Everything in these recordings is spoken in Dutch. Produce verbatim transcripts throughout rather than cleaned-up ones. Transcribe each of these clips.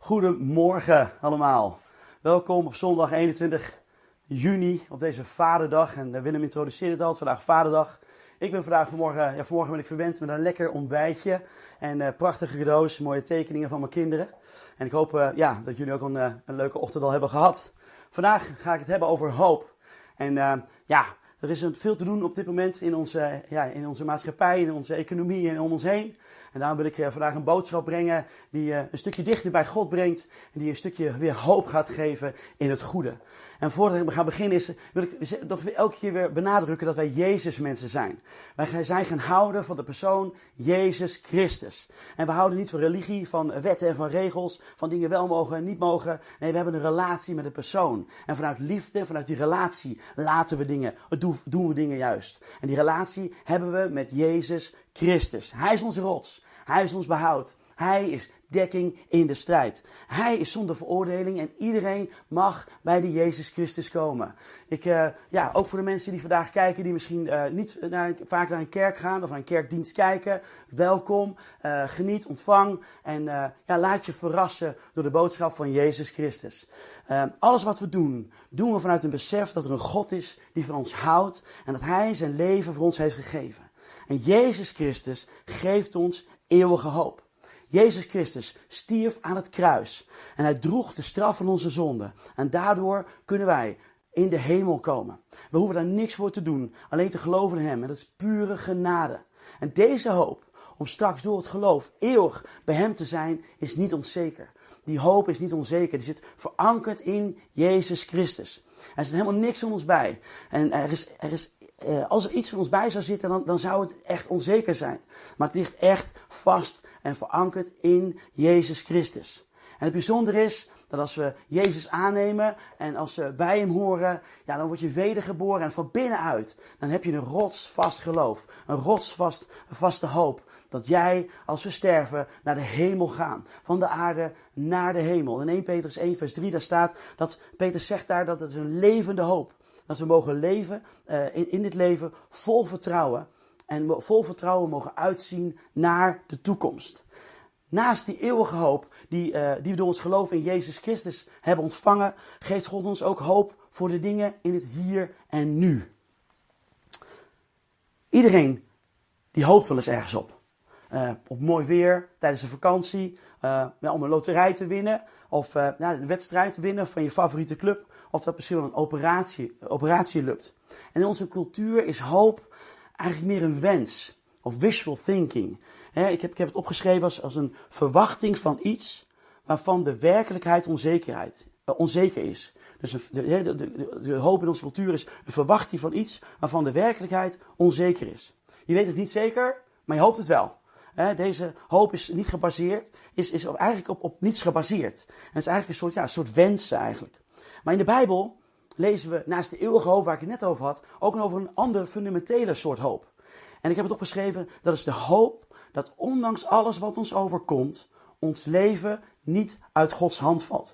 Goedemorgen allemaal. Welkom op zondag eenentwintig juni op deze Vaderdag. En Willem introduceerde het al, vandaag Vaderdag. Ik ben vandaag vanmorgen, ja, vanmorgen ben ik verwend met een lekker ontbijtje. En uh, prachtige cadeaus, mooie tekeningen van mijn kinderen. En ik hoop uh, ja, dat jullie ook een, uh, een leuke ochtend al hebben gehad. Vandaag ga ik het hebben over hoop. En uh, ja, er is veel te doen op dit moment in onze, ja, in onze maatschappij, in onze economie en om ons heen. En daarom wil ik uh, vandaag een boodschap brengen die uh, een stukje dichter bij God brengt. En die een stukje weer hoop gaat geven in het goede. En voordat ik ga beginnen is, wil ik toch weer elke keer weer benadrukken dat wij Jezus mensen zijn. Wij zijn gaan houden van de persoon Jezus Christus. En we houden niet van religie, van wetten en van regels, van dingen wel mogen en niet mogen. Nee, we hebben een relatie met een persoon. En vanuit liefde, vanuit die relatie laten we dingen, doen we dingen juist. En die relatie hebben we met Jezus Christus. Hij is onze rots. Hij is ons behoud. Hij is dekking in de strijd. Hij is zonder veroordeling en iedereen mag bij de Jezus Christus komen. Ik, uh, ja, ook voor de mensen die vandaag kijken, die misschien uh, niet naar, vaak naar een kerk gaan of naar een kerkdienst kijken. Welkom, uh, geniet, ontvang en uh, ja, laat je verrassen door de boodschap van Jezus Christus. Uh, alles wat we doen, doen we vanuit een besef dat er een God is die van ons houdt en dat Hij zijn leven voor ons heeft gegeven. En Jezus Christus geeft ons eeuwige hoop. Jezus Christus stierf aan het kruis en hij droeg de straf van onze zonde. En daardoor kunnen wij in de hemel komen. We hoeven daar niks voor te doen, alleen te geloven in hem. En dat is pure genade. En deze hoop, om straks door het geloof eeuwig bij hem te zijn, is niet onzeker. Die hoop is niet onzeker, die zit verankerd in Jezus Christus. Er zit helemaal niks van ons bij. En er is, er is, eh, als er iets van ons bij zou zitten, dan, dan zou het echt onzeker zijn. Maar het ligt echt vast en verankerd in Jezus Christus. En het bijzondere is dat als we Jezus aannemen en als we bij hem horen, ja, dan word je wedergeboren en van binnenuit. Dan heb je een rotsvast geloof, een rotsvast vaste hoop. Dat jij, als we sterven, naar de hemel gaan. Van de aarde naar de hemel. In eerste Petrus één vers drie, daar staat dat Petrus zegt daar dat het is een levende hoop. Dat we mogen leven uh, in, in dit leven vol vertrouwen. En vol vertrouwen mogen uitzien naar de toekomst. Naast die eeuwige hoop die, uh, die we door ons geloof in Jezus Christus hebben ontvangen, geeft God ons ook hoop voor de dingen in het hier en nu. Iedereen die hoopt wel eens ergens op. Uh, op mooi weer, tijdens een vakantie, uh, ja, om een loterij te winnen. Of uh, ja, een wedstrijd te winnen van je favoriete club. Of dat misschien wel een operatie, operatie lukt. En in onze cultuur is hoop eigenlijk meer een wens. Of wishful thinking. He, ik, heb, ik heb het opgeschreven als, als een verwachting van iets waarvan de werkelijkheid onzekerheid, uh, onzeker is. Dus een, de, de, de, de hoop in onze cultuur is een verwachting van iets waarvan de werkelijkheid onzeker is. Je weet het niet zeker, maar je hoopt het wel. He, deze hoop is niet gebaseerd, is, is eigenlijk op, op niets gebaseerd. En het is eigenlijk een soort, ja, een soort wensen eigenlijk. Maar in de Bijbel lezen we naast de eeuwige hoop waar ik het net over had, ook nog over een andere fundamentele soort hoop. En ik heb het opgeschreven, dat is de hoop dat ondanks alles wat ons overkomt, ons leven niet uit Gods hand valt.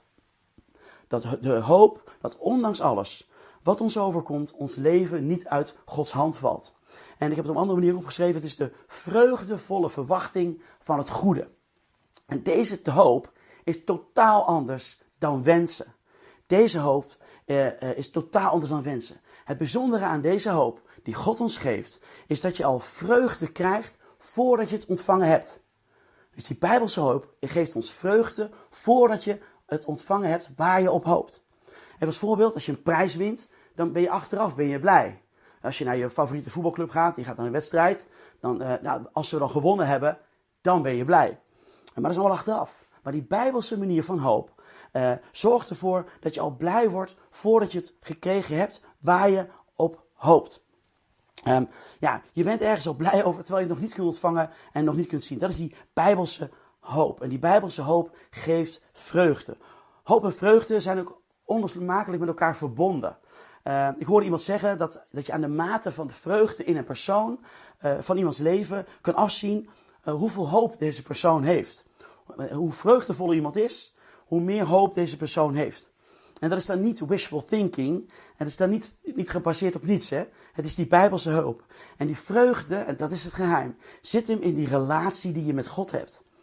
Dat de hoop dat ondanks alles wat ons overkomt, ons leven niet uit Gods hand valt. En ik heb het op een andere manier opgeschreven, het is de vreugdevolle verwachting van het goede. En deze hoop is totaal anders dan wensen. Deze hoop uh, uh, is totaal anders dan wensen. Het bijzondere aan deze hoop die God ons geeft, is dat je al vreugde krijgt voordat je het ontvangen hebt. Dus die Bijbelse hoop geeft ons vreugde voordat je het ontvangen hebt waar je op hoopt. En als voorbeeld, als je een prijs wint, dan ben je achteraf ben je blij. Als je naar je favoriete voetbalclub gaat, je gaat naar een wedstrijd, dan, uh, nou, als we dan gewonnen hebben, dan ben je blij. Maar dat is allemaal achteraf. Maar die Bijbelse manier van hoop uh, zorgt ervoor dat je al blij wordt voordat je het gekregen hebt waar je op hoopt. Um, ja, je bent ergens al blij over terwijl je het nog niet kunt ontvangen en nog niet kunt zien. Dat is die Bijbelse hoop. En die Bijbelse hoop geeft vreugde. Hoop en vreugde zijn ook onlosmakelijk met elkaar verbonden. Uh, ik hoorde iemand zeggen dat, dat je aan de mate van de vreugde in een persoon, uh, van iemands leven, kan afzien uh, hoeveel hoop deze persoon heeft. Uh, hoe vreugdevol iemand is, hoe meer hoop deze persoon heeft. En dat is dan niet wishful thinking. En dat is dan niet, niet gebaseerd op niets. Hè? Het is die Bijbelse hoop. En die vreugde, en dat is het geheim, zit hem in die relatie die je met God hebt.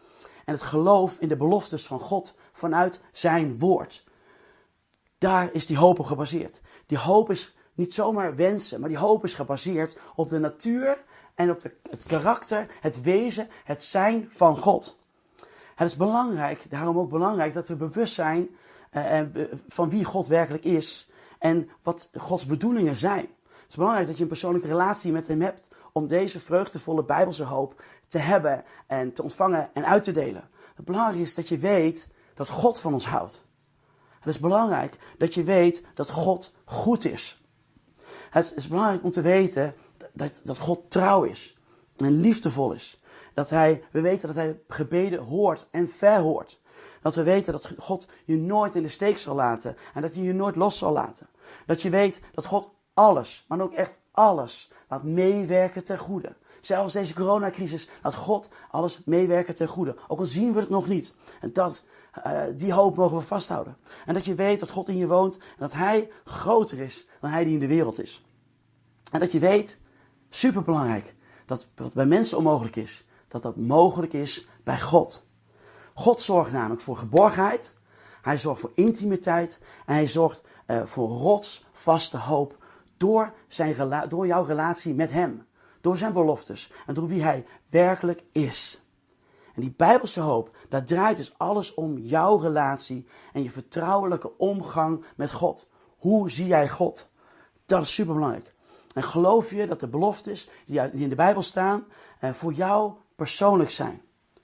en het geloof in de beloftes van God vanuit zijn woord. Daar is die hoop op gebaseerd. Die hoop is niet zomaar wensen, maar die hoop is gebaseerd op de natuur en op de, het karakter, het wezen, het zijn van God. Het is belangrijk, daarom ook belangrijk, dat we bewust zijn uh, van wie God werkelijk is en wat Gods bedoelingen zijn. Het is belangrijk dat je een persoonlijke relatie met hem hebt om deze vreugdevolle Bijbelse hoop te hebben en te ontvangen en uit te delen. Het belangrijke is dat je weet dat God van ons houdt. Het is belangrijk dat je weet dat God goed is. Het is belangrijk om te weten dat, dat God trouw is en liefdevol is. Dat hij, we weten dat hij gebeden hoort en verhoort. Dat we weten dat God je nooit in de steek zal laten en dat hij je nooit los zal laten. Dat je weet dat God alles, maar ook echt alles, laat meewerken ten goede. Zelfs deze coronacrisis laat God alles meewerken ten goede. Ook al zien we het nog niet. En dat, uh, die hoop mogen we vasthouden. En dat je weet dat God in je woont en dat hij groter is dan hij die in de wereld is. En dat je weet, superbelangrijk, dat wat bij mensen onmogelijk is, dat dat mogelijk is bij God. God zorgt namelijk voor geborgenheid, hij zorgt voor intimiteit en hij zorgt uh, voor rotsvaste hoop door, zijn rela- door jouw relatie met hem. Door zijn beloftes en door wie hij werkelijk is. En die Bijbelse hoop, daar draait dus alles om jouw relatie en je vertrouwelijke omgang met God. Hoe zie jij God? Dat is superbelangrijk. En geloof je dat de beloftes die in de Bijbel staan voor jou persoonlijk zijn?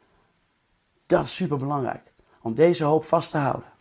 Dat is superbelangrijk om deze hoop vast te houden.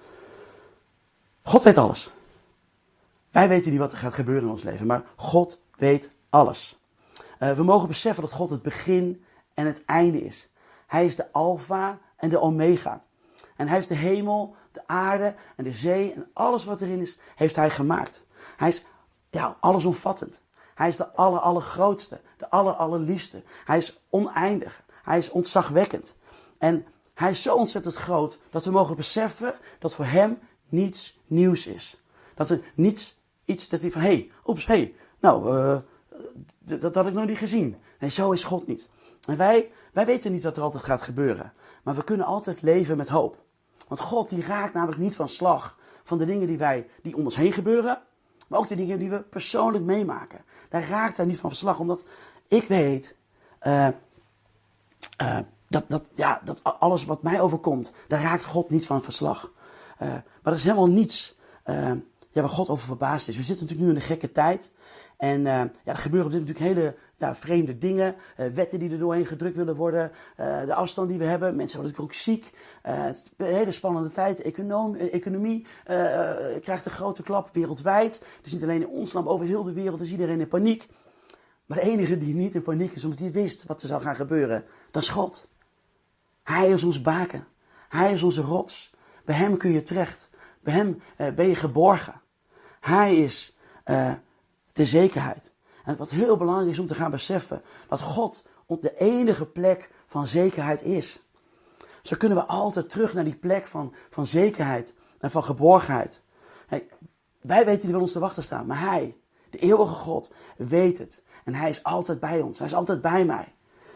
God weet alles. Wij weten niet wat er gaat gebeuren in ons leven, maar God weet alles. Uh, we mogen beseffen dat God het begin en het einde is. Hij is de alfa en de omega. En hij heeft de hemel, de aarde en de zee en alles wat erin is, heeft hij gemaakt. Hij is ja, allesomvattend. Hij is de aller, allergrootste, de aller, allerliefste. Hij is oneindig. Hij is ontzagwekkend. En hij is zo ontzettend groot dat we mogen beseffen dat voor hem niets nieuws is. Dat er niets, iets dat hij van, hé, hey, oeps, hé, hey, nou, uh, dat, dat had ik nog niet gezien. Nee, zo is God niet. En wij, wij weten niet wat er altijd gaat gebeuren. Maar we kunnen altijd leven met hoop. Want God die raakt namelijk niet van slag van de dingen die, wij, die om ons heen gebeuren. Maar ook de dingen die we persoonlijk meemaken. Daar raakt hij niet van slag. Omdat ik weet uh, uh, dat, dat, ja, dat alles wat mij overkomt, daar raakt God niet van verslag. Uh, maar er is helemaal niets uh, ja, waar God over verbaasd is. We zitten natuurlijk nu in een gekke tijd. En uh, ja, er gebeuren op dit moment natuurlijk hele ja, vreemde dingen. Uh, wetten die er doorheen gedrukt willen worden. Uh, de afstand die we hebben. Mensen worden natuurlijk ook ziek. Uh, het is een hele spannende tijd. Econom, economie uh, krijgt een grote klap wereldwijd. Dus niet alleen in ons land, over heel de wereld is iedereen in paniek. Maar de enige die niet in paniek is, omdat hij wist wat er zou gaan gebeuren, dat is God. Hij is ons baken. Hij is onze rots. Bij hem kun je terecht. Bij hem uh, ben je geborgen. Hij is uh, de zekerheid. En wat heel belangrijk is om te gaan beseffen, dat God op de enige plek van zekerheid is. Zo kunnen we altijd terug naar die plek van, van zekerheid en van geborgenheid. Hey, wij weten niet wat ons te wachten staat, maar hij, de eeuwige God, weet het. En hij is altijd bij ons. Hij is altijd bij mij.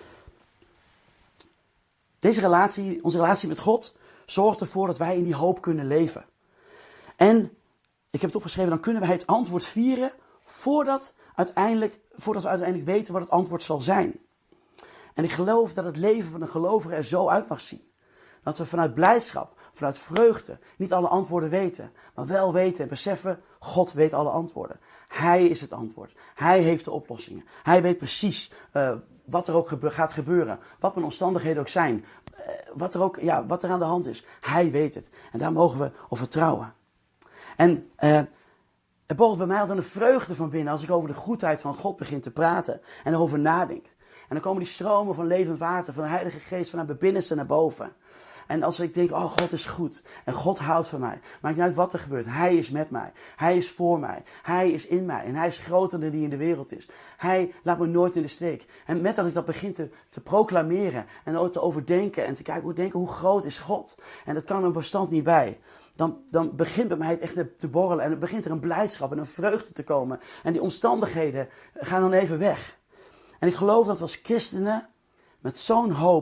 Deze relatie, onze relatie met God, zorgt ervoor dat wij in die hoop kunnen leven. En, ik heb het opgeschreven, dan kunnen wij het antwoord vieren voordat, uiteindelijk, voordat we uiteindelijk weten wat het antwoord zal zijn. En ik geloof dat het leven van een gelovige er zo uit mag zien. Dat we vanuit blijdschap, vanuit vreugde, niet alle antwoorden weten. Maar wel weten en beseffen, God weet alle antwoorden. Hij is het antwoord. Hij heeft de oplossingen. Hij weet precies uh, wat er ook gebe- gaat gebeuren. Wat mijn omstandigheden ook zijn. Uh, wat, er ook, ja, wat er aan de hand is. Hij weet het. En daar mogen we op vertrouwen. En uh, er borrelt bij mij altijd een vreugde van binnen als ik over de goedheid van God begin te praten. En erover nadenk. En dan komen die stromen van levend water, van de Heilige Geest, vanuit mijn binnenste naar boven. En als ik denk, oh, God is goed. En God houdt van mij. Maakt niet uit wat er gebeurt. Hij is met mij. Hij is voor mij. Hij is in mij. En hij is groter dan die in de wereld is. Hij laat me nooit in de steek. En met dat ik dat begin te, te proclameren. En ook te overdenken. En te kijken, hoe denken, hoe groot is God? En dat kan een verstand niet bij. Dan, dan begint bij mij het echt te borrelen. En dan begint er een blijdschap en een vreugde te komen. En die omstandigheden gaan dan even weg. En ik geloof dat we als christenen met zo'n hoop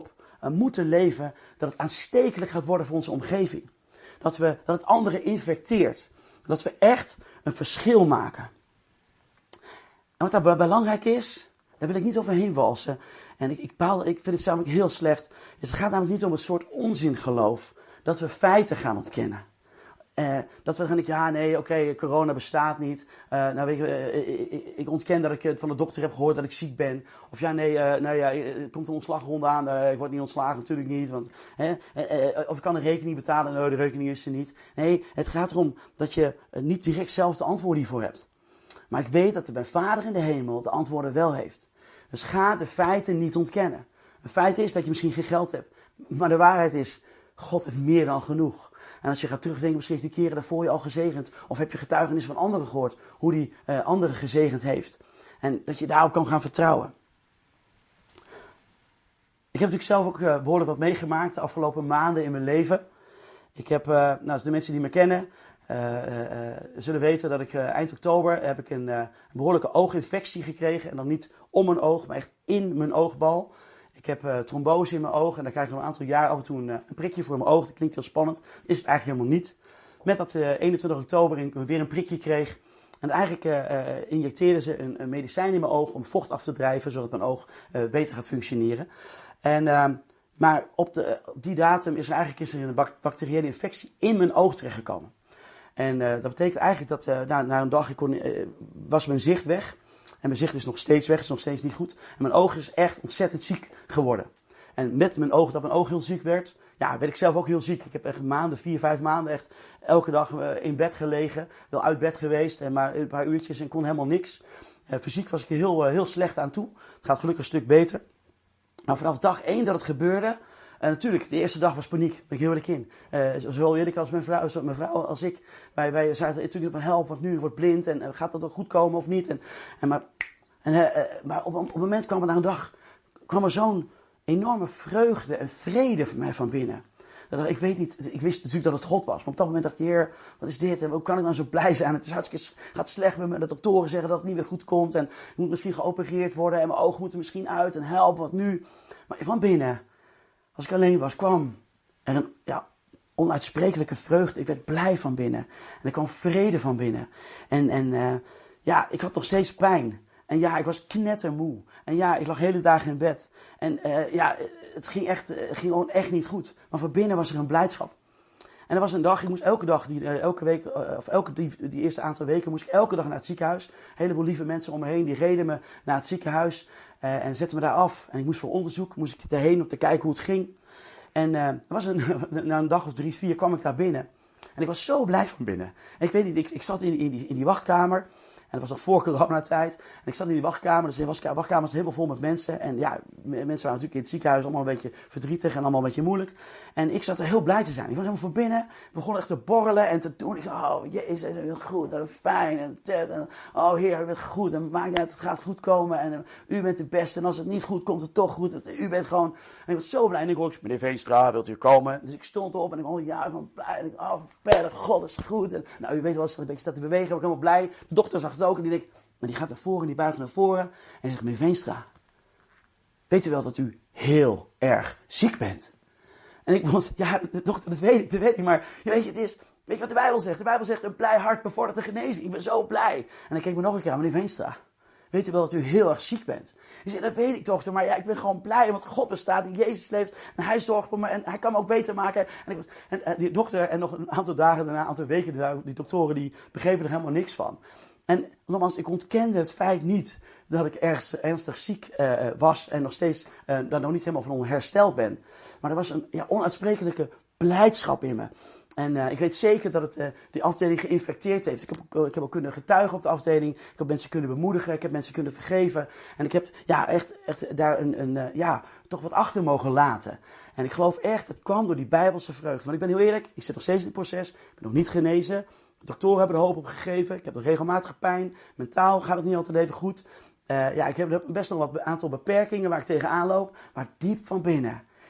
uh, moeten leven, dat het aanstekelijk gaat worden voor onze omgeving. Dat, we, dat het anderen infecteert. Dat we echt een verschil maken. En wat daar belangrijk is, daar wil ik niet overheen walsen. En ik, ik, baal, ik vind het namelijk heel slecht. Dus het gaat namelijk niet om een soort onzingeloof. Dat we feiten gaan ontkennen. Uh, dat we dan denken, ja nee, oké, okay, corona bestaat niet. Uh, nou weet je, uh, ik, ik ontken dat ik van de dokter heb gehoord dat ik ziek ben. Of ja, nee, uh, nou ja, er komt een ontslagronde aan. Uh, ik word niet ontslagen, natuurlijk niet. Want, hè, uh, uh, of ik kan een rekening betalen. Nee, de rekening is er niet. Nee, het gaat erom dat je uh, niet direct zelf de antwoorden hiervoor hebt. Maar ik weet dat mijn Vader in de hemel de antwoorden wel heeft. Dus ga de feiten niet ontkennen. Een feit is dat je misschien geen geld hebt. Maar de waarheid is, God heeft meer dan genoeg. En als je gaat terugdenken, misschien heeft die keren daarvoor je al gezegend. Of heb je getuigenissen van anderen gehoord, hoe die uh, anderen gezegend heeft. En dat je daarop kan gaan vertrouwen. Ik heb natuurlijk zelf ook uh, behoorlijk wat meegemaakt de afgelopen maanden in mijn leven. Ik heb, uh, nou, de mensen die me kennen, uh, uh, uh, zullen weten dat ik uh, eind oktober heb ik een, uh, een behoorlijke ooginfectie gekregen. En dan niet om mijn oog, maar echt in mijn oogbal. Ik heb uh, trombose in mijn ogen en daar krijg ik al een aantal jaar af en toe een, een prikje voor mijn oog. Dat klinkt heel spannend, is het eigenlijk helemaal niet. Met dat uh, eenentwintig oktober ik weer een prikje kreeg. En eigenlijk uh, uh, injecteerden ze een, een medicijn in mijn oog om vocht af te drijven, zodat mijn oog uh, beter gaat functioneren. En, uh, maar op, de, op die datum is er eigenlijk is er een bak- bacteriële infectie in mijn oog terechtgekomen. En uh, dat betekent eigenlijk dat uh, na, na een dag ik kon, uh, was mijn zicht weg. En mijn zicht is nog steeds weg, is nog steeds niet goed. En mijn oog is echt ontzettend ziek geworden. En met mijn oog, dat mijn oog heel ziek werd, ja, werd ik zelf ook heel ziek. Ik heb echt maanden, vier, vijf maanden echt elke dag in bed gelegen. Wel uit bed geweest, en maar een paar uurtjes en kon helemaal niks. Uh, fysiek was ik er heel, uh, heel slecht aan toe. Het gaat gelukkig een stuk beter. Maar vanaf dag één dat het gebeurde, uh, natuurlijk, de eerste dag was paniek, daar ben ik heel eerlijk in. Uh, zowel Erik als mijn vrouw, zo, mijn vrouw als ik, wij, wij zaten natuurlijk van help, want nu wordt blind en uh, gaat dat wel goed komen of niet. En, en maar en, uh, uh, maar op, op een moment kwam er na een dag, kwam er zo'n enorme vreugde en vrede van mij van binnen. Dat, ik weet niet, ik wist natuurlijk dat het God was. Maar op dat moment dacht ik, Heer, wat is dit? En hoe kan ik nou zo blij zijn? Het is hartstikke, gaat slecht met me. De doktoren zeggen dat het niet meer goed komt. En ik moet misschien geopereerd worden. En mijn ogen moeten misschien uit. En help, wat nu? Maar van binnen, als ik alleen was, kwam er een ja, onuitsprekelijke vreugde. Ik werd blij van binnen. En er kwam vrede van binnen. En, en uh, ja, ik had nog steeds pijn. En ja, ik was knettermoe. En ja, ik lag hele dagen in bed. En uh, ja, het ging, echt, het ging gewoon echt niet goed. Maar van binnen was er een blijdschap. En er was een dag, ik moest elke dag, die, uh, elke week, uh, of elke, die, die eerste aantal weken, moest ik elke dag naar het ziekenhuis. Een heleboel lieve mensen om me heen, die reden me naar het ziekenhuis uh, en zetten me daar af. En ik moest voor onderzoek, moest ik erheen om te kijken hoe het ging. En uh, er was een, na een dag of drie, vier kwam ik daar binnen. En ik was zo blij van binnen. En ik weet niet, ik, ik zat in, in, die, in die wachtkamer. En dat was nog voor coronatijd. En ik zat in die wachtkamer. Dus de wachtkamer was helemaal vol met mensen. En ja, mensen waren natuurlijk in het ziekenhuis allemaal een beetje verdrietig en allemaal een beetje moeilijk. En ik zat er heel blij te zijn. Ik was helemaal van binnen. Ik begon echt te borrelen en te doen. Ik dacht, oh jezus, het is goed en fijn. En, en oh Heer, u bent goed. En maakt niet uit, het gaat goed komen. En uh, u bent de beste. En als het niet goed komt, het toch goed. U bent gewoon... En ik was zo blij. En ik hoorde, meneer Veenstra, wilt u komen? Dus ik stond op en ik oh ja, ik ben blij. En ik oh verder, God is goed. En nou, u weet wel, als het een beetje staat te bewegen, ben ik helemaal blij. De dokter zag het ook en die denkt, maar die gaat naar voren, die buigt naar voren. En die zegt, meneer Veenstra, weet u wel dat u heel erg ziek bent? En ik vond, ja, dokter, dat weet ik, dat weet ik, maar weet je, het is, weet je wat de Bijbel zegt? De Bijbel zegt, een blij hart bevordert de genezing. Ik ben zo blij. En dan keek ik me nog een keer aan, meneer Veenstra, weet u wel dat u heel erg ziek bent? Ik zei, dat weet ik dokter, maar ja, ik ben gewoon blij, want God bestaat, en Jezus leeft, en hij zorgt voor me, en hij kan me ook beter maken. En, ik, en, en die dokter, en nog een aantal dagen daarna, een aantal weken daarna, die doktoren, die begrepen er helemaal niks van. En nogmaals, ik ontkende het feit niet dat ik ergens ernstig ziek uh, was en nog steeds uh, daar nog niet helemaal van hersteld ben. Maar er was een ja, onuitsprekelijke blijdschap in me. En uh, ik weet zeker dat het uh, die afdeling geïnfecteerd heeft. Ik heb, ik heb ook kunnen getuigen op de afdeling. Ik heb mensen kunnen bemoedigen. Ik heb mensen kunnen vergeven. En ik heb ja, echt, echt daar een, een, uh, ja, toch wat achter mogen laten. En ik geloof echt, het kwam door die Bijbelse vreugde. Want ik ben heel eerlijk, ik zit nog steeds in het proces. Ik ben nog niet genezen. De doktoren hebben er hoop op gegeven. Ik heb nog regelmatige pijn. Mentaal gaat het niet altijd even goed. Uh, ja, ik heb best nog wat aantal beperkingen waar ik tegenaan loop. Maar diep van binnen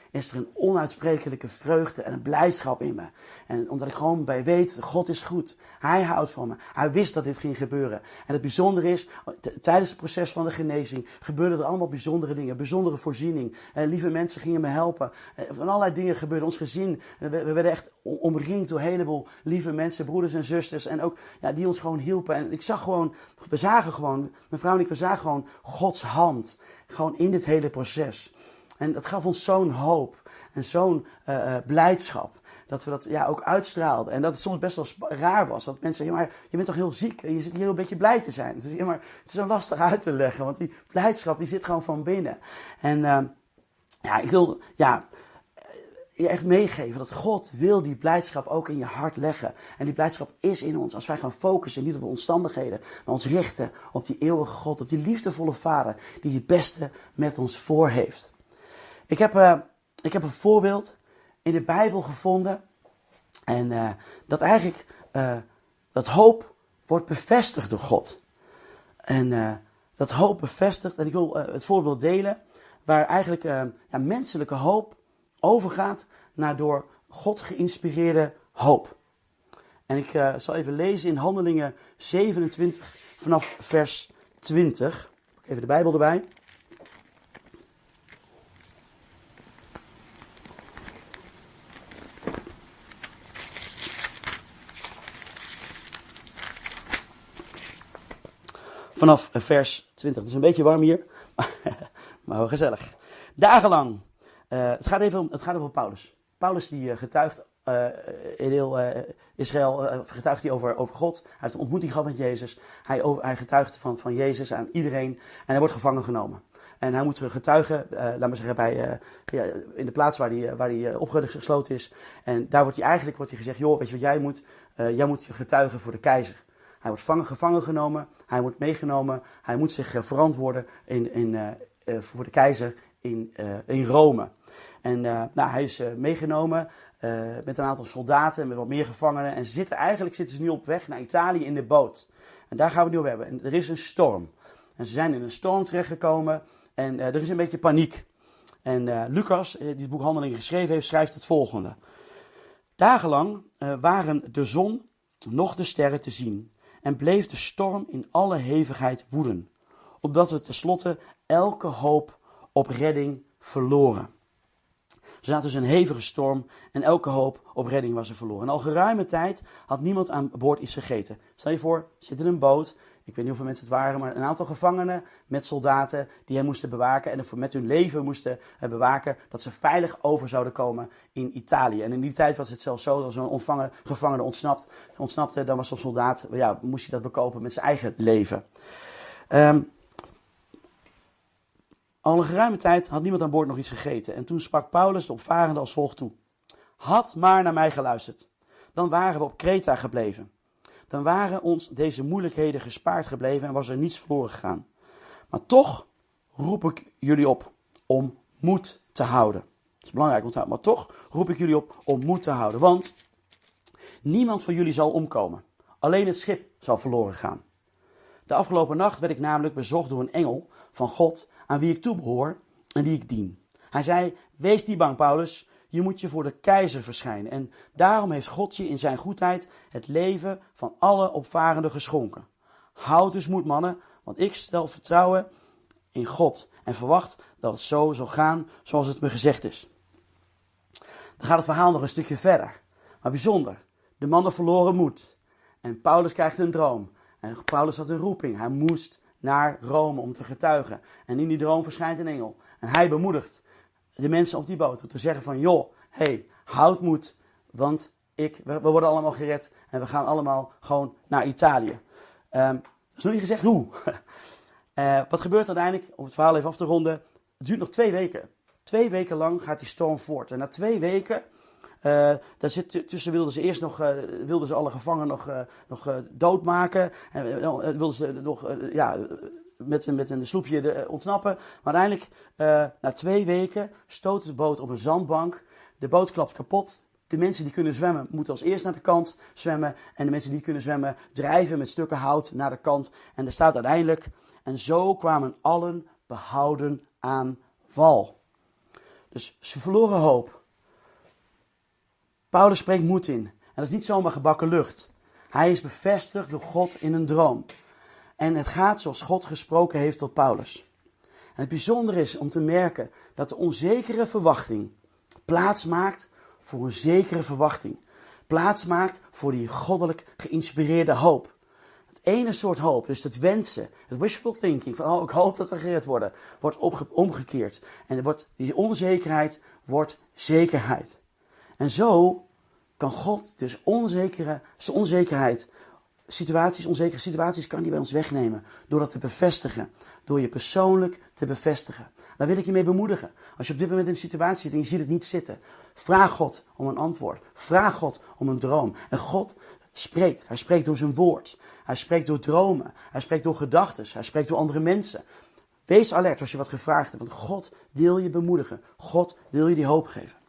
is er een onuitsprekelijke vreugde en een blijdschap in me. En omdat ik gewoon bij weet, God is goed. Hij houdt van me. Hij wist dat dit ging gebeuren. En het bijzondere is, t- tijdens het proces van de genezing gebeurden er allemaal bijzondere dingen. Bijzondere voorziening. Eh, lieve mensen gingen me helpen. Eh, van allerlei dingen gebeurden. Ons gezin, we, we werden echt omringd door een heleboel lieve mensen, broeders en zusters. En ook ja, die ons gewoon hielpen. En ik zag gewoon, we zagen gewoon, mijn vrouw en ik, we zagen gewoon Gods hand. Gewoon in dit hele proces. En dat gaf ons zo'n hoop en zo'n uh, uh, blijdschap. Dat we dat ja, ook uitstraalden. En dat het soms best wel sp- raar was. Dat mensen zeggen, ja, maar je bent toch heel ziek en je zit hier een beetje blij te zijn. Dus, ja, maar het is zo lastig uit te leggen. Want die blijdschap die zit gewoon van binnen. En uh, ja, ik wil ja, je echt meegeven dat God wil die blijdschap ook in je hart leggen. En die blijdschap is in ons. Als wij gaan focussen niet op de omstandigheden. Maar ons richten op die eeuwige God. Op die liefdevolle Vader die het beste met ons voor heeft. Ik heb, uh, ik heb een voorbeeld in de Bijbel gevonden. En uh, dat eigenlijk, uh, dat hoop wordt bevestigd door God. En uh, dat hoop bevestigt, en ik wil uh, het voorbeeld delen, waar eigenlijk uh, ja, menselijke hoop overgaat naar door God geïnspireerde hoop. En ik uh, zal even lezen in Handelingen zevenentwintig vanaf vers twintig. Even de Bijbel erbij. Vanaf vers twintig. Het is een beetje warm hier, maar wel gezellig. Dagenlang. Uh, het, gaat even om, het gaat over Paulus. Paulus die uh, getuigt uh, in heel uh, Israël, uh, getuigt hij over, over God. Hij heeft een ontmoeting gehad met Jezus. Hij, over, hij getuigt van, van Jezus aan iedereen. En hij wordt gevangen genomen. En hij moet getuigen, uh, laat maar zeggen, bij, uh, ja, in de plaats waar hij, waar hij uh, opgesloten is. En daar wordt hij eigenlijk wordt hij gezegd, joh, weet je wat jij moet? Uh, jij moet getuigen voor de keizer. Hij wordt vangen, gevangen genomen, hij wordt meegenomen, hij moet zich uh, verantwoorden in, in, uh, uh, voor de keizer in, uh, in Rome. En uh, nou, hij is uh, meegenomen uh, met een aantal soldaten en met wat meer gevangenen. En ze zitten, eigenlijk zitten ze nu op weg naar Italië in de boot. En daar gaan we het nu over hebben. En er is een storm. En ze zijn in een storm terechtgekomen en uh, er is een beetje paniek. En uh, Lucas, die het boek Handelingen geschreven heeft, schrijft het volgende. Dagenlang uh, waren de zon nog de sterren te zien. En bleef de storm in alle hevigheid woeden. Opdat we tenslotte elke hoop op redding verloren. Er zaten dus een hevige storm en elke hoop op redding was er verloren. En al geruime tijd had niemand aan boord iets gegeten. Stel je voor, zit in een boot. Ik weet niet hoeveel mensen het waren, maar een aantal gevangenen met soldaten die hen moesten bewaken. En met hun leven moesten bewaken dat ze veilig over zouden komen in Italië. En in die tijd was het zelfs zo, als een ontvangen, gevangene ontsnapt, ontsnapte, dan was zo'n soldaat, ja, moest hij dat bekopen met zijn eigen leven. Um, Al een geruime tijd had niemand aan boord nog iets gegeten. En toen sprak Paulus de opvarenden als volgt toe. Had maar naar mij geluisterd. Dan waren we op Kreta gebleven. Dan waren ons deze moeilijkheden gespaard gebleven en was er niets verloren gegaan. Maar toch roep ik jullie op om moed te houden. Dat is belangrijk onthouden. Maar toch roep ik jullie op om moed te houden. Want niemand van jullie zal omkomen. Alleen het schip zal verloren gaan. De afgelopen nacht werd ik namelijk bezocht door een engel van God aan wie ik toebehoor en die ik dien. Hij zei, wees niet bang Paulus, je moet je voor de keizer verschijnen. En daarom heeft God je in zijn goedheid het leven van alle opvarenden geschonken. Houd dus moed mannen, want ik stel vertrouwen in God en verwacht dat het zo zal gaan zoals het me gezegd is. Dan gaat het verhaal nog een stukje verder. Maar bijzonder, de mannen verloren moed. En Paulus krijgt een droom. En Paulus had een roeping. Hij moest naar Rome om te getuigen. En in die droom verschijnt een engel. En hij bemoedigt de mensen op die boot om te zeggen van, joh, hey, houd moed, want ik, we, we worden allemaal gered en we gaan allemaal gewoon naar Italië. Um, dat is nog niet gezegd hoe. uh, wat gebeurt uiteindelijk, om het verhaal even af te ronden, het duurt nog twee weken. Twee weken lang gaat die storm voort. En na twee weken, uh, daar zit, tussen wilden ze eerst nog, uh, wilden ze alle gevangenen nog, uh, nog uh, doodmaken. En uh, wilden ze nog, uh, ja... Met, met een sloepje de, ontsnappen. Maar uiteindelijk, uh, na twee weken, stoot de boot op een zandbank. De boot klapt kapot. De mensen die kunnen zwemmen, moeten als eerst naar de kant zwemmen. En de mensen die kunnen zwemmen, drijven met stukken hout naar de kant. En er staat uiteindelijk, en zo kwamen allen behouden aan wal. Dus ze verloren hoop. Paulus spreekt moed in. En dat is niet zomaar gebakken lucht. Hij is bevestigd door God in een droom. En het gaat zoals God gesproken heeft tot Paulus. En het bijzondere is om te merken dat de onzekere verwachting plaats maakt voor een zekere verwachting. Plaats maakt voor die goddelijk geïnspireerde hoop. Het ene soort hoop, dus het wensen, het wishful thinking, van oh, ik hoop dat we gered worden, wordt opge- omgekeerd. En er wordt, die onzekerheid wordt zekerheid. En zo kan God dus onzekere, zijn onzekerheid, situaties, onzekere situaties, kan die bij ons wegnemen. Door dat te bevestigen. Door je persoonlijk te bevestigen. Daar wil ik je mee bemoedigen. Als je op dit moment in een situatie zit en je ziet het niet zitten. Vraag God om een antwoord. Vraag God om een droom. En God spreekt. Hij spreekt door zijn woord. Hij spreekt door dromen. Hij spreekt door gedachten. Hij spreekt door andere mensen. Wees alert als je wat gevraagd hebt. Want God wil je bemoedigen. God wil je die hoop geven.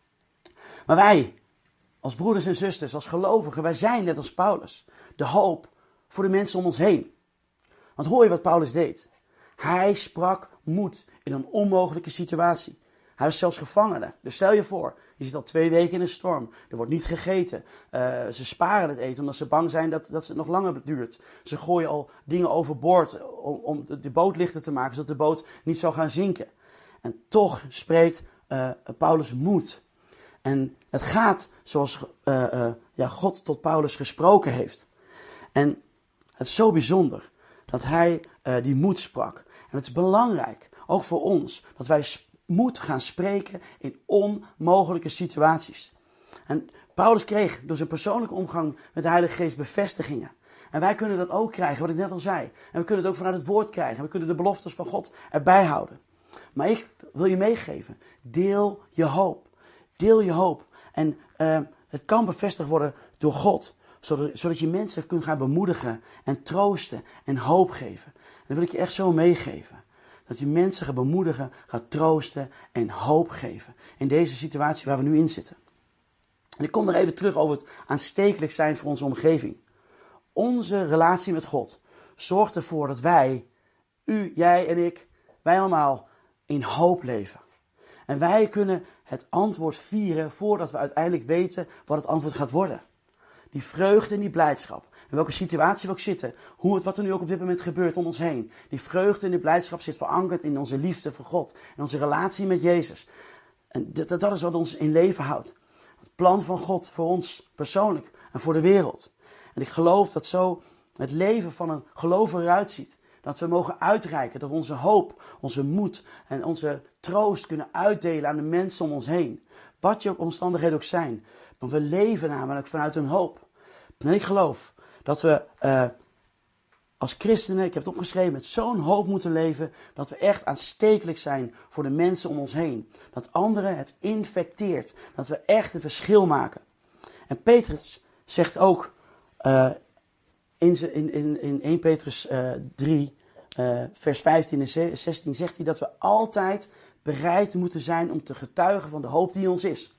Maar wij, als broeders en zusters, als gelovigen, wij zijn net als Paulus. De hoop voor de mensen om ons heen. Want hoor je wat Paulus deed? Hij sprak moed in een onmogelijke situatie. Hij was zelfs gevangene. Dus stel je voor, je zit al twee weken in een storm. Er wordt niet gegeten. Uh, ze sparen het eten omdat ze bang zijn dat, dat het nog langer duurt. Ze gooien al dingen overboord om, om de boot lichter te maken, zodat de boot niet zou gaan zinken. En toch spreekt uh, Paulus moed. En het gaat zoals uh, uh, ja, God tot Paulus gesproken heeft. En het is zo bijzonder dat hij uh, die moed sprak. En het is belangrijk, ook voor ons, dat wij moed gaan spreken in onmogelijke situaties. En Paulus kreeg door zijn persoonlijke omgang met de Heilige Geest bevestigingen. En wij kunnen dat ook krijgen, wat ik net al zei. En we kunnen het ook vanuit het woord krijgen. En we kunnen de beloftes van God erbij houden. Maar ik wil je meegeven, deel je hoop. Deel je hoop. En uh, het kan bevestigd worden door God. Zodat, zodat je mensen kunt gaan bemoedigen en troosten en hoop geven. En dat wil ik je echt zo meegeven. Dat je mensen gaat bemoedigen, gaat troosten en hoop geven. In deze situatie waar we nu in zitten. En ik kom er even terug over het aanstekelijk zijn voor onze omgeving. Onze relatie met God zorgt ervoor dat wij, u, jij en ik, wij allemaal in hoop leven. En wij kunnen het antwoord vieren voordat we uiteindelijk weten wat het antwoord gaat worden. Die vreugde en die blijdschap, in welke situatie we ook zitten, hoe het, wat er nu ook op dit moment gebeurt om ons heen. Die vreugde en die blijdschap zit verankerd in onze liefde voor God, in onze relatie met Jezus. En dat, dat is wat ons in leven houdt. Het plan van God voor ons persoonlijk en voor de wereld. En ik geloof dat zo het leven van een gelover eruit ziet. Dat we mogen uitreiken, dat we onze hoop, onze moed en onze troost kunnen uitdelen aan de mensen om ons heen. Wat je ook omstandigheden ook zijn. Want we leven namelijk vanuit een hoop. En ik geloof dat we uh, als christenen, ik heb het opgeschreven, met zo'n hoop moeten leven. Dat we echt aanstekelijk zijn voor de mensen om ons heen. Dat anderen het infecteert. Dat we echt een verschil maken. En Petrus zegt ook uh, in, in, in, in eerste Petrus uh, drie, uh, vers vijftien en zestien, zegt hij dat we altijd bereid moeten zijn om te getuigen van de hoop die in ons is.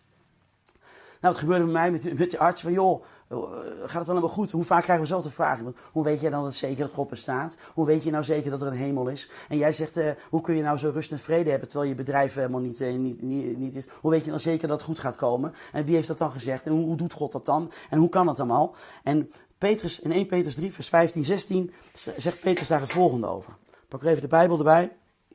Nou, het gebeurde bij mij met, met de arts van, joh, gaat het allemaal goed? Hoe vaak krijgen we zelf de vraag? Want hoe weet jij dan dat zeker dat God bestaat? Hoe weet je nou zeker dat er een hemel is? En jij zegt, uh, hoe kun je nou zo rust en vrede hebben, terwijl je bedrijf helemaal niet, uh, niet, niet, niet is? Hoe weet je dan zeker dat het goed gaat komen? En wie heeft dat dan gezegd? En hoe, hoe doet God dat dan? En hoe kan dat allemaal? En Petrus, in eerste Petrus drie, vers vijftien, zestien, zegt Petrus daar het volgende over. Pak er even de Bijbel erbij.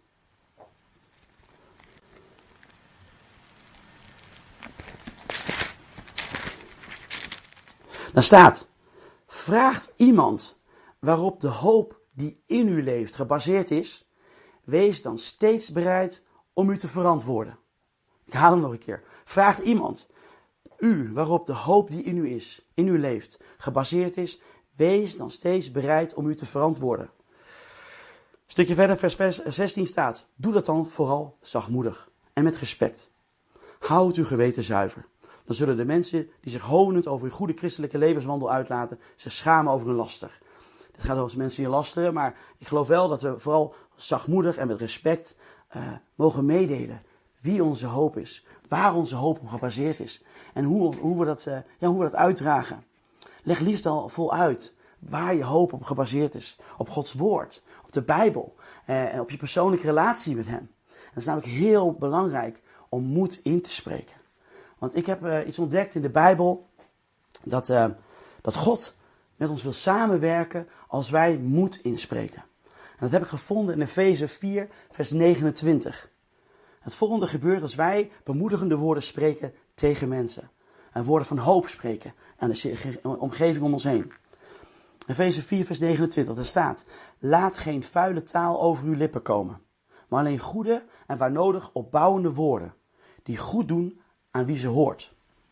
Daar staat, vraagt iemand waarop de hoop die in u leeft gebaseerd is, wees dan steeds bereid om u te verantwoorden. Ik haal hem nog een keer. Vraagt iemand, u waarop de hoop die in u is, in u leeft, gebaseerd is, wees dan steeds bereid om u te verantwoorden. Een stukje verder, vers zestien staat, doe dat dan vooral zachtmoedig en met respect. Houd uw geweten zuiver. Dan zullen de mensen die zich honend over uw goede christelijke levenswandel uitlaten, zich schamen over hun laster. Dit gaat over mensen die lasteren, maar ik geloof wel dat we vooral zachtmoedig en met respect uh, mogen meedelen wie onze hoop is. Waar onze hoop op gebaseerd is. En hoe, hoe, we, dat, uh, ja, hoe we dat uitdragen. Leg liefst al vol uit waar je hoop op gebaseerd is. Op Gods woord, op de Bijbel uh, en op je persoonlijke relatie met hem. En dat is namelijk heel belangrijk om moed in te spreken. Want ik heb uh, iets ontdekt in de Bijbel, dat, uh, dat God met ons wil samenwerken als wij moed inspreken. En dat heb ik gevonden in Efeze vier, vers negenentwintig. Het volgende gebeurt als wij bemoedigende woorden spreken tegen mensen. En woorden van hoop spreken aan de omgeving om ons heen. Efeze vier, vers negenentwintig, daar staat: laat geen vuile taal over uw lippen komen, maar alleen goede en waar nodig opbouwende woorden, die goed doen aan wie ze hoort.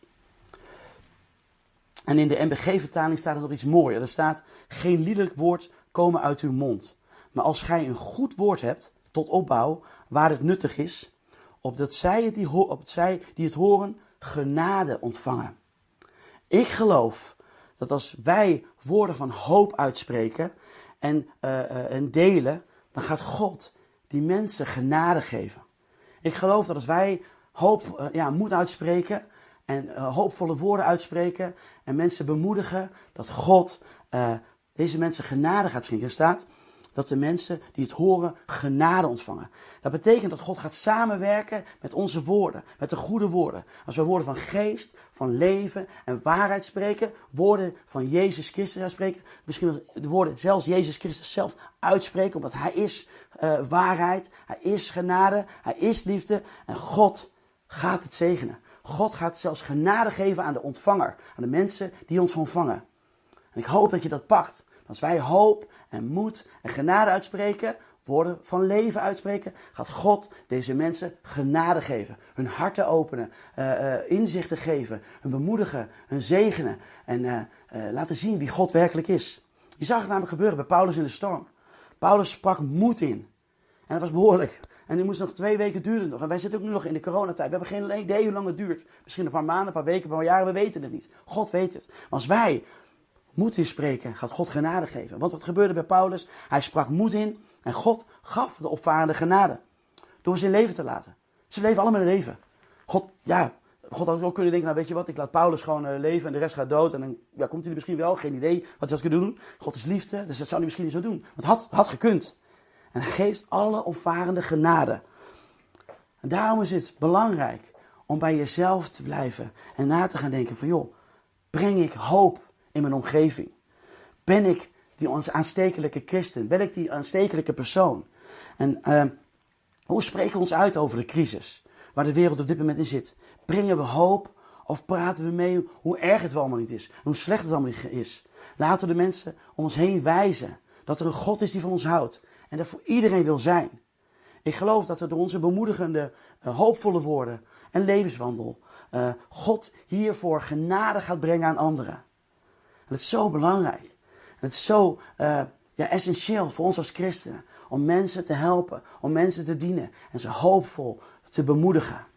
En in de N B G-vertaling staat er nog iets mooier. Er staat: geen liederlijk woord komen uit uw mond, maar als gij een goed woord hebt tot opbouw, waar het nuttig is, opdat zij het die, opdat zij die het horen genade ontvangen. Ik geloof dat als wij woorden van hoop uitspreken en, uh, uh, en delen, dan gaat God die mensen genade geven. Ik geloof dat als wij hoop, uh, ja, moed uitspreken en uh, hoopvolle woorden uitspreken en mensen bemoedigen, dat God uh, deze mensen genade gaat schenken. Er staat dat de mensen die het horen genade ontvangen. Dat betekent dat God gaat samenwerken met onze woorden, met de goede woorden. Als we woorden van geest, van leven en waarheid spreken, woorden van Jezus Christus uitspreken, misschien wel de woorden zelfs Jezus Christus zelf uitspreken, omdat Hij is uh, waarheid, Hij is genade, Hij is liefde en God gaat het zegenen. God gaat zelfs genade geven aan de ontvanger, aan de mensen die ons ontvangen. En ik hoop dat je dat pakt. Als wij hoop en moed en genade uitspreken, woorden van leven uitspreken, gaat God deze mensen genade geven. Hun harten openen, uh, uh, inzichten geven, hun bemoedigen, hun zegenen. En uh, uh, laten zien wie God werkelijk is. Je zag het namelijk gebeuren bij Paulus in de storm. Paulus sprak moed in. En dat was behoorlijk. En die moest nog twee weken duren nog. En wij zitten ook nu nog in de coronatijd. We hebben geen idee hoe lang het duurt. Misschien een paar maanden, een paar weken, een paar jaren. We weten het niet. God weet het. Maar als wij moed inspreken, gaat God genade geven. Want wat gebeurde bij Paulus? Hij sprak moed in en God gaf de opvarende genade. Door ze in leven te laten. Ze leven allemaal in leven. God, ja, God had ook kunnen denken, nou weet je wat, ik laat Paulus gewoon uh, leven en de rest gaat dood. En dan ja, komt hij er misschien wel, geen idee wat hij had kunnen doen. God is liefde, dus dat zou hij misschien niet zo doen. Want het had, had gekund. En hij geeft alle opvarende genade. En daarom is het belangrijk om bij jezelf te blijven en na te gaan denken van joh, breng ik hoop in mijn omgeving? Ben ik die aanstekelijke christen? Ben ik die aanstekelijke persoon? En uh, hoe spreken we ons uit over de crisis waar de wereld op dit moment in zit? Brengen we hoop of praten we mee hoe erg het wel allemaal niet is? Hoe slecht het allemaal niet is? Laten we de mensen om ons heen wijzen dat er een God is die van ons houdt en dat voor iedereen wil zijn. Ik geloof dat we door onze bemoedigende, uh, hoopvolle woorden en levenswandel uh, God hiervoor genade gaat brengen aan anderen. En dat is zo belangrijk. En het is zo uh, ja, essentieel voor ons als christenen. Om mensen te helpen. Om mensen te dienen. En ze hoopvol te bemoedigen.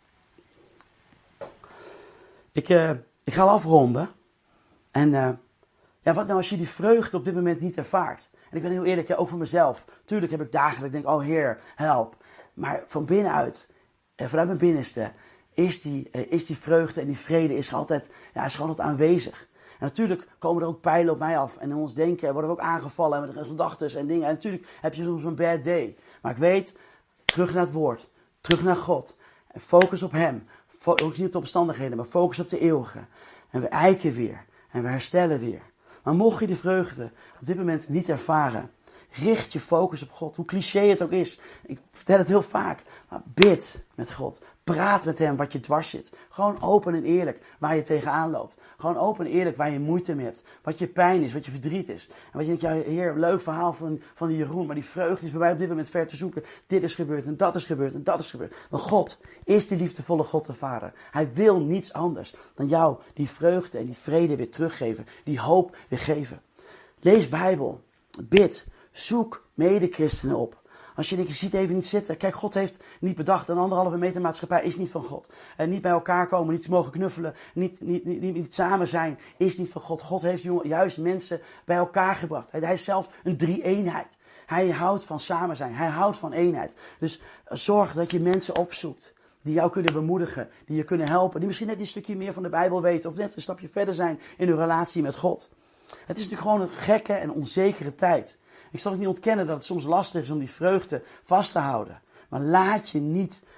Ik, uh, ik ga al afronden. En uh, ja, wat nou als je die vreugde op dit moment niet ervaart? En ik ben heel eerlijk, ja, ook voor mezelf. Tuurlijk heb ik dagen dat ik denk, oh Heer, help. Maar van binnenuit, uh, vanuit mijn binnenste, is die, uh, is die vreugde en die vrede is altijd, ja, is gewoon altijd aanwezig. En natuurlijk komen er ook pijlen op mij af. En in ons denken worden we ook aangevallen met gedachten en dingen. En natuurlijk heb je soms een bad day. Maar ik weet, terug naar het woord. Terug naar God. En focus op Hem. Ook niet op de omstandigheden, maar focus op de eeuwige. En we eiken weer. En we herstellen weer. Maar mocht je de vreugde op dit moment niet ervaren, richt je focus op God. Hoe cliché het ook is. Ik vertel het heel vaak. Maar bid met God. Praat met Hem wat je dwars zit. Gewoon open en eerlijk waar je tegenaan loopt. Gewoon open en eerlijk waar je moeite mee hebt. Wat je pijn is, wat je verdriet is. En wat je denkt, ja Heer, leuk verhaal van, van die Jeroen. Maar die vreugde is bij mij op dit moment ver te zoeken. Dit is gebeurd en dat is gebeurd en dat is gebeurd. Maar God is die liefdevolle God de Vader. Hij wil niets anders dan jou die vreugde en die vrede weer teruggeven. Die hoop weer geven. Lees Bijbel. Bid. Zoek medechristenen op. Als je denkt, je ziet even niet zitten. Kijk, God heeft niet bedacht, een anderhalve meter maatschappij is niet van God. En niet bij elkaar komen, niet mogen knuffelen, niet, niet, niet, niet, niet samen zijn, is niet van God. God heeft juist mensen bij elkaar gebracht. Hij, hij is zelf een drie-eenheid. Hij houdt van samen zijn, hij houdt van eenheid. Dus zorg dat je mensen opzoekt die jou kunnen bemoedigen, die je kunnen helpen. Die misschien net een stukje meer van de Bijbel weten of net een stapje verder zijn in hun relatie met God. Het is natuurlijk gewoon een gekke en onzekere tijd. Ik zal het niet ontkennen dat het soms lastig is om die vreugde vast te houden. Maar laat je niet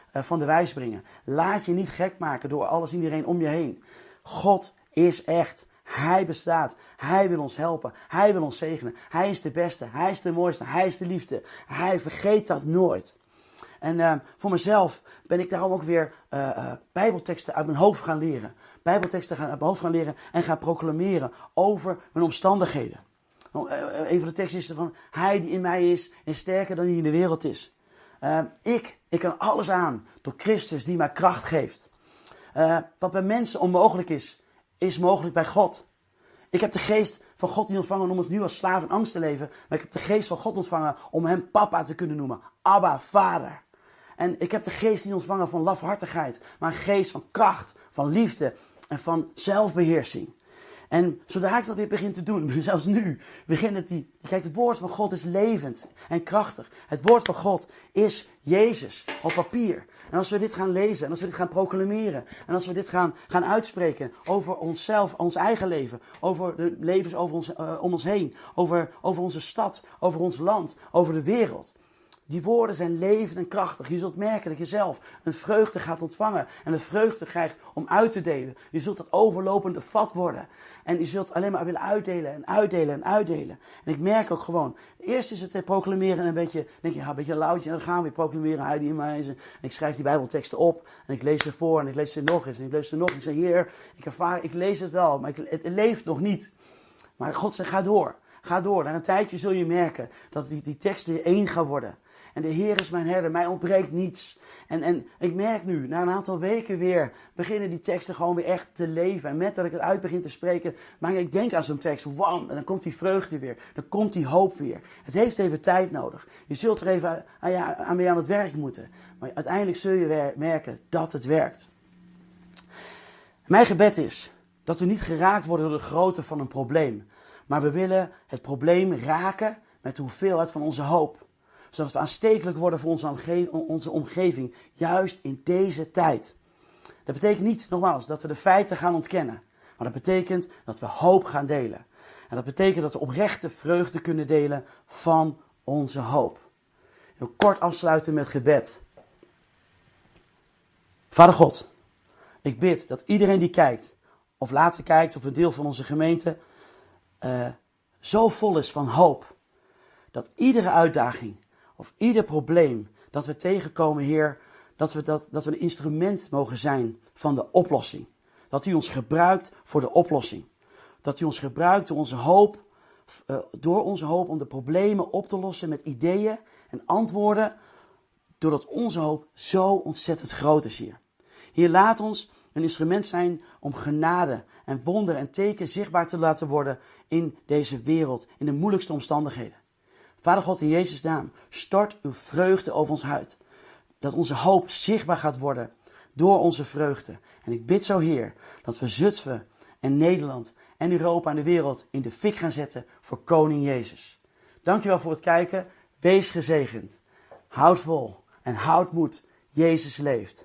uh, van de wijs brengen. Laat je niet gek maken door alles en iedereen om je heen. God is echt. Hij bestaat. Hij wil ons helpen. Hij wil ons zegenen. Hij is de beste. Hij is de mooiste. Hij is de liefde. Hij vergeet dat nooit. En uh, voor mezelf ben ik daarom ook weer uh, uh, bijbelteksten uit mijn hoofd gaan leren. Bijbelteksten gaan uit mijn hoofd gaan leren en gaan proclameren over mijn omstandigheden. Uh, uh, een van de teksten is er van, hij die in mij is, is sterker dan die in de wereld is. Uh, ik, ik kan alles aan door Christus die mij kracht geeft. Uh, wat bij mensen onmogelijk is, is mogelijk bij God. Ik heb de geest van God niet ontvangen om het nu als slaaf in angst te leven. Maar ik heb de geest van God ontvangen om hem papa te kunnen noemen. Abba, vader. En ik heb de geest niet ontvangen van lafhartigheid. Maar een geest van kracht, van liefde en van zelfbeheersing. En zodra ik dat weer begin te doen, zelfs nu, begint het die... Kijk, het woord van God is levend en krachtig. Het woord van God is Jezus op papier. En als we dit gaan lezen en als we dit gaan proclameren en als we dit gaan, gaan uitspreken over onszelf, ons eigen leven, over de levens over ons, uh, om ons heen, over, over onze stad, over ons land, over de wereld. Die woorden zijn levend en krachtig. Je zult merken dat je zelf een vreugde gaat ontvangen en een vreugde krijgt om uit te delen. Je zult dat overlopende vat worden. En je zult alleen maar willen uitdelen en uitdelen en uitdelen. En ik merk ook gewoon, eerst is het proclameren en een beetje, denk je, ja, een beetje een loutje. En dan gaan we weer proclameren, hij die in mij is. En ik schrijf die bijbelteksten op en ik lees ze voor en ik lees ze nog eens en ik lees ze nog eens. Ik zeg, Heer, ik ervaar, ik lees het wel, maar ik, het, het leeft nog niet. Maar God zegt, ga door. Ga door. Na een tijdje zul je merken dat die, die teksten één gaan worden. En de Heer is mijn herder, mij ontbreekt niets. En, en ik merk nu, na een aantal weken weer, beginnen die teksten gewoon weer echt te leven. En met dat ik het uit begin te spreken, maar ik denk aan zo'n tekst, wam, en dan komt die vreugde weer. Dan komt die hoop weer. Het heeft even tijd nodig. Je zult er even aan, aan, aan mee aan het werk moeten. Maar uiteindelijk zul je merken dat het werkt. Mijn gebed is dat we niet geraakt worden door de grootte van een probleem. Maar we willen het probleem raken met de hoeveelheid van onze hoop. Zodat we aanstekelijk worden voor onze, omge- onze omgeving, juist in deze tijd. Dat betekent niet, nogmaals, dat we de feiten gaan ontkennen. Maar dat betekent dat we hoop gaan delen. En dat betekent dat we oprechte vreugde kunnen delen van onze hoop. Ik wil kort afsluiten met gebed. Vader God, ik bid dat iedereen die kijkt, of later kijkt, of een deel van onze gemeente, uh, zo vol is van hoop. Dat iedere uitdaging, of ieder probleem dat we tegenkomen, Heer, dat we, dat, dat we een instrument mogen zijn van de oplossing. Dat u ons gebruikt voor de oplossing. Dat u ons gebruikt door onze hoop, uh, door onze hoop om de problemen op te lossen met ideeën en antwoorden. Doordat onze hoop zo ontzettend groot is, Heer. Heer, laat ons een instrument zijn om genade en wonder en teken zichtbaar te laten worden in deze wereld, in de moeilijkste omstandigheden. Vader God, in Jezus' naam, stort uw vreugde over ons uit. Dat onze hoop zichtbaar gaat worden door onze vreugde. En ik bid zo, Heer, dat we Zutphen en Nederland en Europa en de wereld in de fik gaan zetten voor Koning Jezus. Dankjewel voor het kijken. Wees gezegend. Houd vol en houd moed. Jezus leeft.